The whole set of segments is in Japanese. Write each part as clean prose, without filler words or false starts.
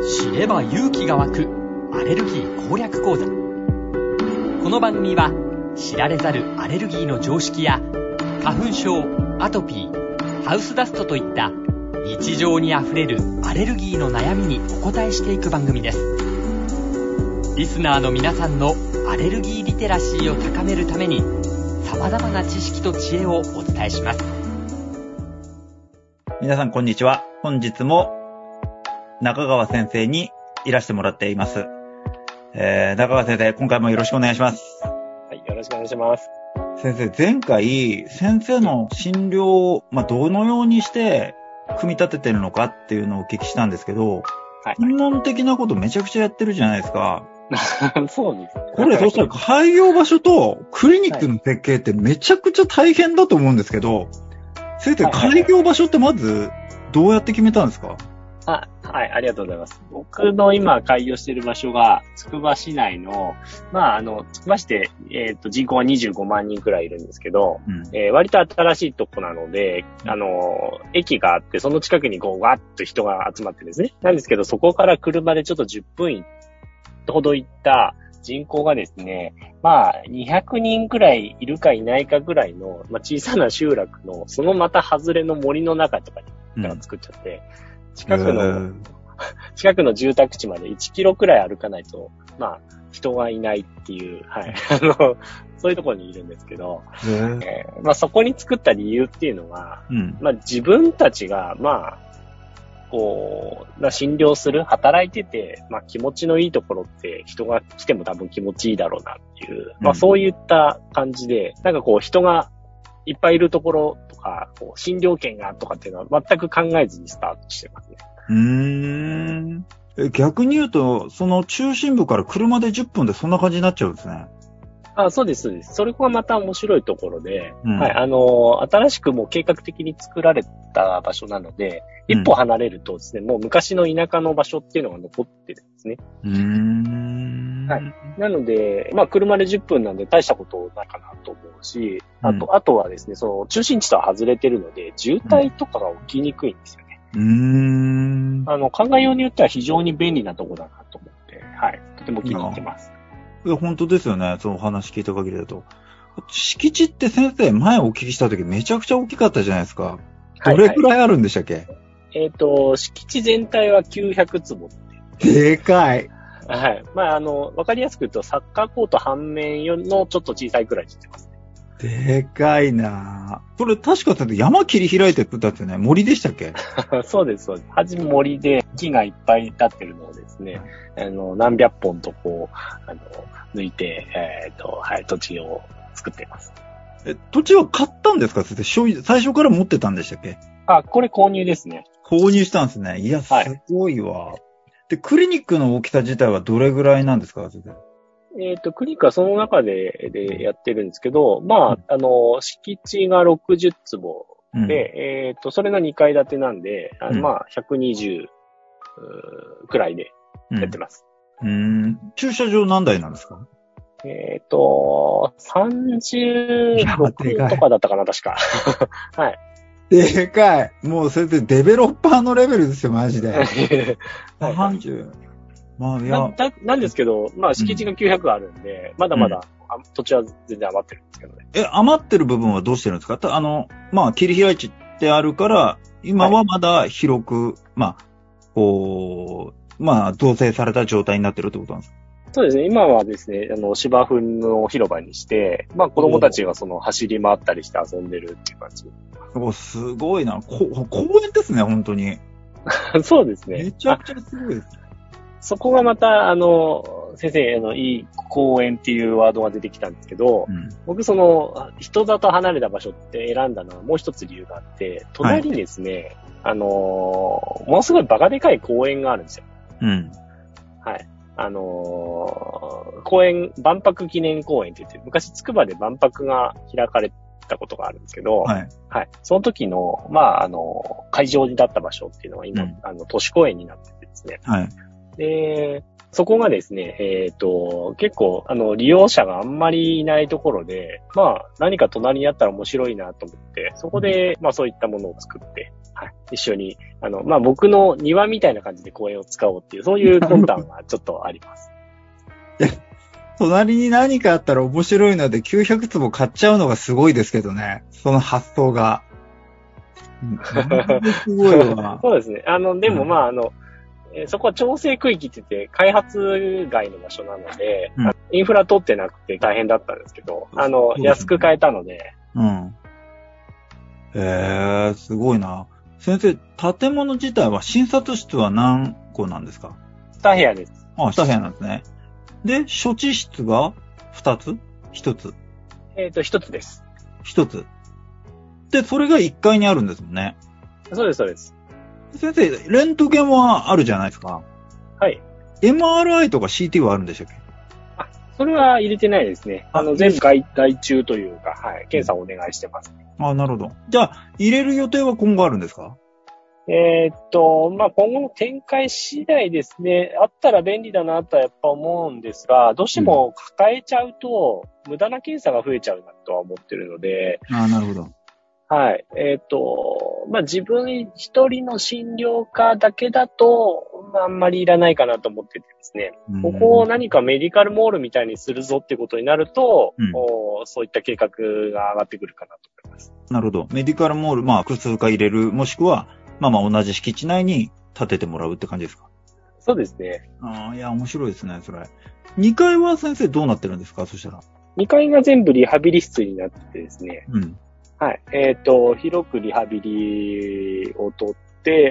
知れば勇気が湧くアレルギー攻略講座。この番組は知られざるアレルギーの常識や花粉症、アトピー、ハウスダストといった日常にあふれるアレルギーの悩みにお答えしていく番組です。リスナーの皆さんのアレルギーリテラシーを高めるために様々な知識と知恵をお伝えします。 皆さんこんにちは。本日も中川先生にいらしてもらっています。中川先生、今回もよろしくお願いします。 はい、よろしくお願いします。 先生、前回先生の診療を、どのようにして組み立ててるのかっていうのをお聞きしたんですけど、 はい、 専門的なことめちゃくちゃやってるじゃないですか。 そうです。 これどうしたら開業場所とクリニックの設計ってめちゃくちゃ大変だと思うんですけど、先生、開業場所ってまずどうやって決めたんですか？ はい、ありがとうございます。僕の今開業している場所が、つくば市内の、つくば市って、人口は25万人くらいいるんですけど、割と新しいとこなので、駅があって、その近くにわっと人が集まってるんですね。なんですけど、そこから車でちょっと10分ほど行った人口がですね、200人くらいいるかいないかぐらいの、小さな集落の、そのまた外れの森の中とかに作っちゃって、近くの住宅地まで1キロくらい歩かないと、人がいないっていう、そういうところにいるんですけど、そこに作った理由っていうのは、自分たちが、診療する、働いてて、気持ちのいいところって人が来ても多分気持ちいいだろうなっていう、そういった感じで、人がいっぱいいるところとか、診療券がとかっていうのは全く考えずにスタートしてますね。 逆に言うと、その中心部から車で10分でそんな感じになっちゃうんですね。 そうです、そうです。それがまた面白いところで、新しくもう計画的に作られた場所なので、一歩離れるとですね、もう昔の田舎の場所っていうのが残ってるんですね。なので、車で10分なんで大したことないかなと思うし、あとはですね、その中心地とは外れてるので、渋滞とかが起きにくいんですよね。考えようによっては非常に便利なとこだなと思って、とても気に入ってます。 いや、本当ですよね。その話聞いた限りだと。敷地って先生、前お聞きした時めちゃくちゃ大きかったじゃないですか。どれくらいあるんでしたっけ？ 敷地全体は900坪。 でかい。 わかりやすく言うと、サッカーコート半面のちょっと小さいくらいにしてますね。 でかいなぁ。これ確か山切り開いて作ったってね、森でしたっけ？ そうです、そうです。はじめ森で木がいっぱい立ってるのをですね、何百本と抜いて、土地を作っています。 土地は買ったんですか？最初から持ってたんでしたっけ？ これ購入ですね。 購入したんですね。いや、すごいわ。で、クリニックの大きさ自体はどれぐらいなんですか？ クリニックはその中でやってるんですけど、敷地が60坪で、それの2階建てなんで、120くらいでやってます。 駐車場何台なんですか ？36とかだったかな、確か。 でかい。もう先生、デベロッパーのレベルですよ、マジで。30。 なんですけど、敷地が900あるんで、まだまだ、土地は全然余ってるんですけどね。 余ってる部分はどうしてるんですか？切り開いてあるから、今はまだ広く、造成された状態になってるってことなんですか？ そうですね。今はですね、芝生の広場にして、子供たちが走り回ったりして遊んでるっていう感じ。 すごいな。公園ですね、本当に。 そうですね。 めちゃくちゃすごいです。 そこがまた、先生、いい公園っていうワードが出てきたんですけど、僕人里離れた場所って選んだのはもう一つ理由があって、隣にですね、ものすごいバカでかい公園があるんですよ。公園、万博記念公園って言って、昔つくばで万博が開かれたことがあるんですけど、その時の、会場になった場所っていうのは今、都市公園になっててですね。で、そこがですね、結構、利用者があんまりいないところで、何か隣にあったら面白いなと思って、そこで、そういったものを作って、一緒に、 まあ、僕の庭みたいな感じで公園を使おうっていう、そういう魂胆がちょっとあります。 隣に何かあったら面白いので900坪買っちゃうのがすごいですけどね。その発想が。すごいわ。 そうですね。でもまあ、そこは調整区域って言って、開発外の場所なので、インフラ取ってなくて大変だったんですけど、安く買えたので。 うん。すごいな。先生、建物自体は診察室は何個なんですか ？2部屋です。 あ、2部屋なんですね。で、処置室が2つ ?1 つ 1つです。 1つ。で、それが1階にあるんですもんね。 そうです、そうです。 先生、レントゲンはあるじゃないですか。 はい。 MRI とか CT はあるんでしたっけ？ それは入れてないですね。全部外注というか、はい、検査をお願いしてますね。 なるほど。じゃあ、入れる予定は今後あるんですか？ まあ、今後の展開次第ですね。あったら便利だなとはやっぱ思うんですが、どうしても抱えちゃうと、無駄な検査が増えちゃうなとは思ってるので。 なるほど。 はい。まあ、自分一人の診療科だけだと、あんまりいらないかなと思っててですね。ここを何かメディカルモールみたいにするぞってことになると、そういった計画が上がってくるかなと思います。 なるほど。メディカルモール、まあ、複数回入れる、もしくは、まあ同じ敷地内に建ててもらうって感じですか？ そうですね。 いや、面白いですね、それ。2階は先生どうなってるんですか？そしたら。 2階が全部リハビリ室になっててですね。 うん。 はい。広くリハビリを取って、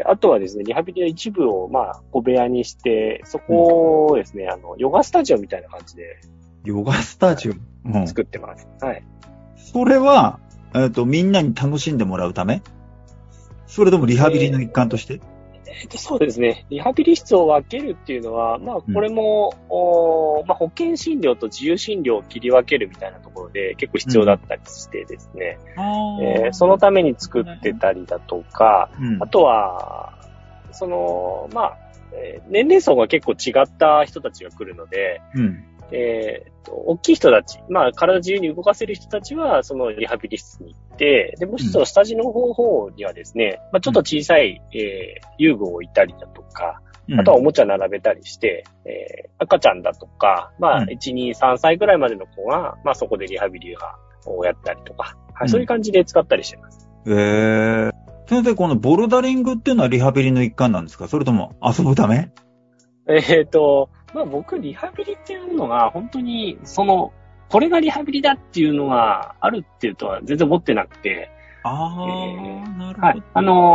あとはですね、リハビリの一部を、まあ、小部屋にして、そこをですね、ヨガスタジオみたいな感じで。 ヨガスタジオ作ってます。はい。 それは、みんなに楽しんでもらうため？それともリハビリの一環として？ そうですね。リハビリ室を分けるっていうのは、まあ、これも、まあ、保険診療と自由診療を切り分けるみたいなところで結構必要だったりしてですね。そのために作ってたりだとか、あとは、まあ、年齢層が結構違った人たちが来るので、大きい人たち、まあ、体自由に動かせる人たちは、そのリハビリ室に行って、で、もう一つの下地の方にはですね、まあ、ちょっと小さい、遊具を置いたりだとか、あとはおもちゃ並べたりして、赤ちゃんだとか、まあ、1、2、3歳ぐらいまでの子が、まあ、そこでリハビリをやったりとか、はい、そういう感じで使ったりしてます。 先生、このボルダリングっていうのはリハビリの一環なんですか？それとも遊ぶため？ まあ僕、リハビリっていうのが、本当に、これがリハビリだっていうのがあるっていうとは全然思ってなくて。 なるほど。 はい。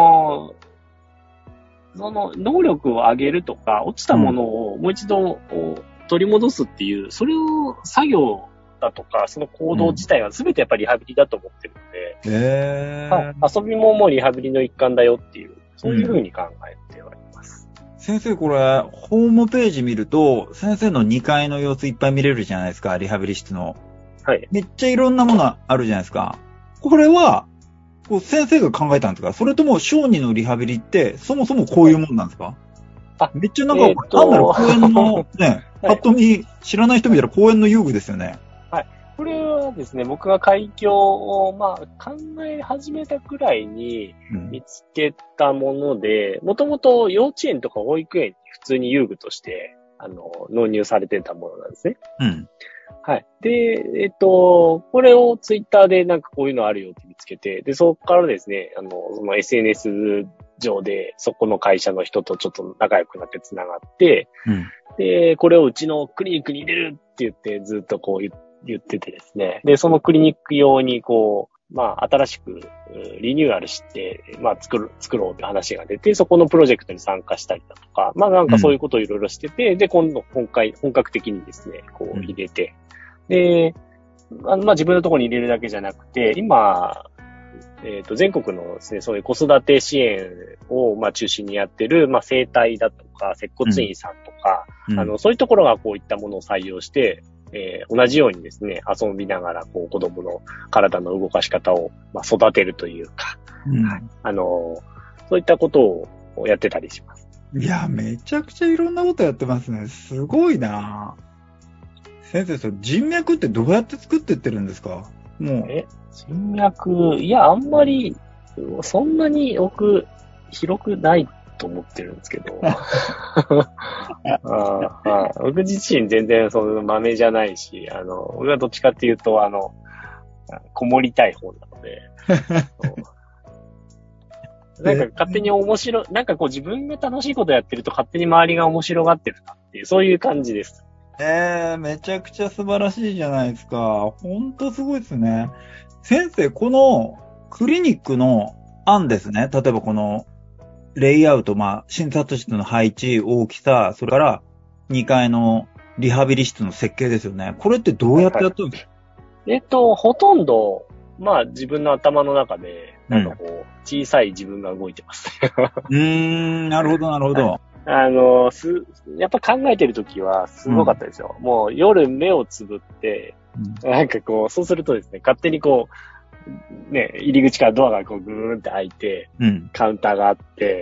能力を上げるとか、落ちたものをもう一度取り戻すっていう、それを作業だとか、その行動自体は全てやっぱりリハビリだと思ってるので、はい、遊びももうリハビリの一環だよっていう、そういうふうに考えております。 先生、これ、ホームページ見ると、先生の2階の様子いっぱい見れるじゃないですか、リハビリ室の。 はい。 めっちゃいろんなものあるじゃないですか。これは、先生が考えたんですか？それとも小児のリハビリって、そもそもこういうもんなんですか？めっちゃなんか、単なる公園のね、パッと見、知らない人見たら公園の遊具ですよね。 はい。これはですね、僕が開業を、まあ、考え始めたくらいに見つけたもので、もともと幼稚園とか保育園に普通に遊具として、納入されてたものなんですね。 うん。 はい。で、これをツイッターでなんかこういうのあるよって見つけて、で、そこからですね、その SNS 上で、そこの会社の人とちょっと仲良くなって繋がって、で、これをうちのクリニックに入れるって言って、ずっとこう言っててですね。で、そのクリニック用にこう、まあ、新しくリニューアルして、まあ、作ろうって話が出て、そこのプロジェクトに参加したりだとか、まあ、なんかそういうことをいろいろしてて、で、本格的にですね、こう入れて、で、まあ、自分のところに入れるだけじゃなくて、今、全国のですね、そういう子育て支援を、まあ、中心にやってる、まあ、生体だとか、接骨院さんとか、そういうところがこういったものを採用して、同じようにですね、遊びながら、こう、子供の体の動かし方を、まあ、育てるというか、そういったことをやってたりします。 いや、めちゃくちゃいろんなことやってますね。すごいなぁ。先生、それ人脈ってどうやって作ってってるんですか？もう。 人脈、いや、あんまり、そんなに僕、 広くないと思ってるんですけど。僕自身全然その豆じゃないし、僕はどっちかっていうと、こもりたい方なので。なんか勝手になんかこう自分が楽しいことやってると勝手に周りが面白がってるなっていう、そういう感じです。 めちゃくちゃ素晴らしいじゃないですか。ほんとすごいですね。先生、このクリニックの案ですね。例えばこのレイアウト、診察室の配置、大きさ、それから2階のリハビリ室の設計ですよね。これってどうやってやったんですか？ ほとんど、自分の頭の中で、なんかこう、小さい自分が動いてます。 なるほど、なるほど。 やっぱ考えてるときはすごかったですよ。もう夜目をつぶって、なんかこう、そうするとですね、勝手にこう、ね、入り口からドアがこうぐーんって開いて、カウンターがあって、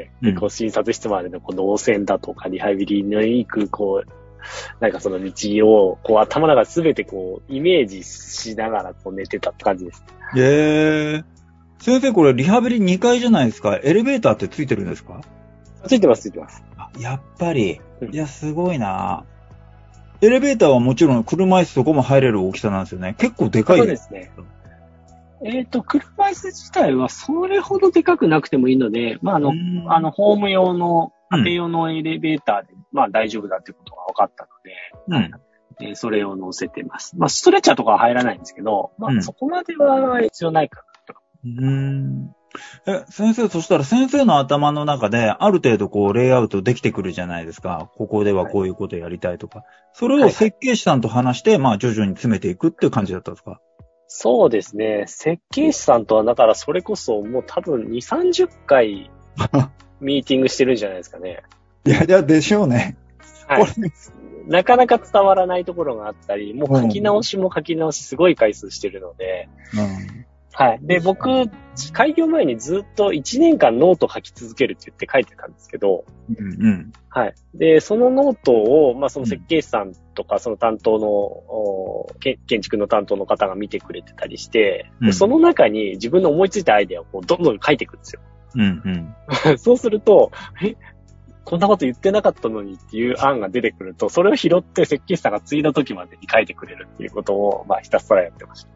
でこう診察室までのこの動線だとかリハビリの行くこう、なんかその道をこう頭の中すべてこうイメージしながらこう寝てたって感じです。 先生これリハビリ2階じゃないですか。エレベーターってついてるんですか？ ついてます、ついてます。 やっぱり。いや、すごいな。エレベーターはもちろん車椅子とかも入れる大きさなんですよね。結構でかい。 そうですね。車椅子自体はそれほどでかくなくてもいいので、ホーム用の、家庭用のエレベーターで、大丈夫だってことが分かったので、それを乗せてます。ストレッチャーとかは入らないんですけど、そこまでは必要ないかなと。 先生、そしたら先生の頭の中である程度こうレイアウトできてくるじゃないですか。ここではこういうことやりたいとか。それを設計士さんと話して、徐々に詰めていくっていう感じだったんですか？ そうですね。設計士さんとは、だからそれこそもう多分2、30回ミーティングしてるんじゃないですかね。 いや、でしょうね。 はい。なかなか伝わらないところがあったり、もう書き直しすごい回数してるので、はい。で、僕、開業前にずっと1年間ノート書き続けるって言って書いてたんですけど、はい。で、そのノートを、その設計士さんとか、その担当の、建築の担当の方が見てくれてたりして、その中に自分の思いついたアイデアをこうどんどん書いていくんですよ。そうすると、こんなこと言ってなかったのにっていう案が出てくると、それを拾って設計士さんが次の時までに書いてくれるっていうことを、ひたすらやってました。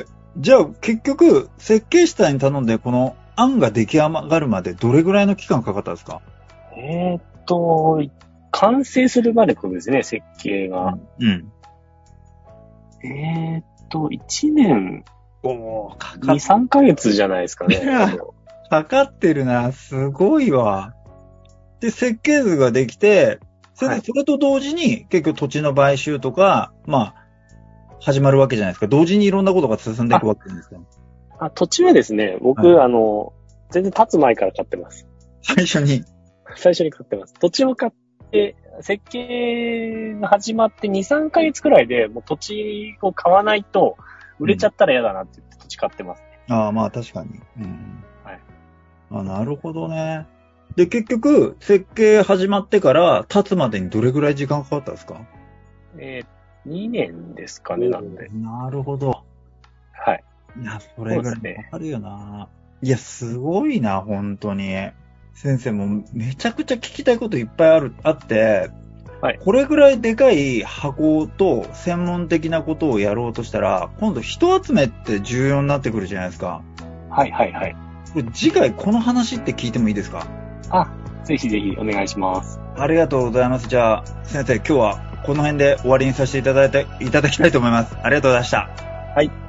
じゃあ結局、設計士さんに頼んで、この案が出来上がるまでどれぐらいの期間かかったんですか？ 完成するまで来るんですね、設計が。1年、2、3ヶ月じゃないですかね。 かかってるな、すごいわ。で、設計図ができて、それと同時に結局土地の買収とか、始まるわけじゃないですか。同時にいろんなことが進んでいくわけですか。 土地はですね、僕、全然建つ前から買ってます。 最初に買ってます。土地を買って、設計が始まって2、3ヶ月くらいで、もう土地を買わないと、売れちゃったら嫌だなって言って土地買ってますね。 確かに。なるほどね。で、結局、設計始まってから建つまでにどれぐらい時間かかったんですか ？2年ですかね、なんで。 なるほど。 はい。 いや、それぐらいかかるよな。いや、すごいな、本当に。先生もめちゃくちゃ聞きたいこといっぱいあって、これぐらいでかい箱と専門的なことをやろうとしたら、今度人集めって重要になってくるじゃないですか。 これ次回この話って聞いてもいいですか？ ぜひぜひお願いします。 ありがとうございます。じゃあ、先生、今日はこの辺で終わりにさせていただきたいと思います。ありがとうございました。 はい。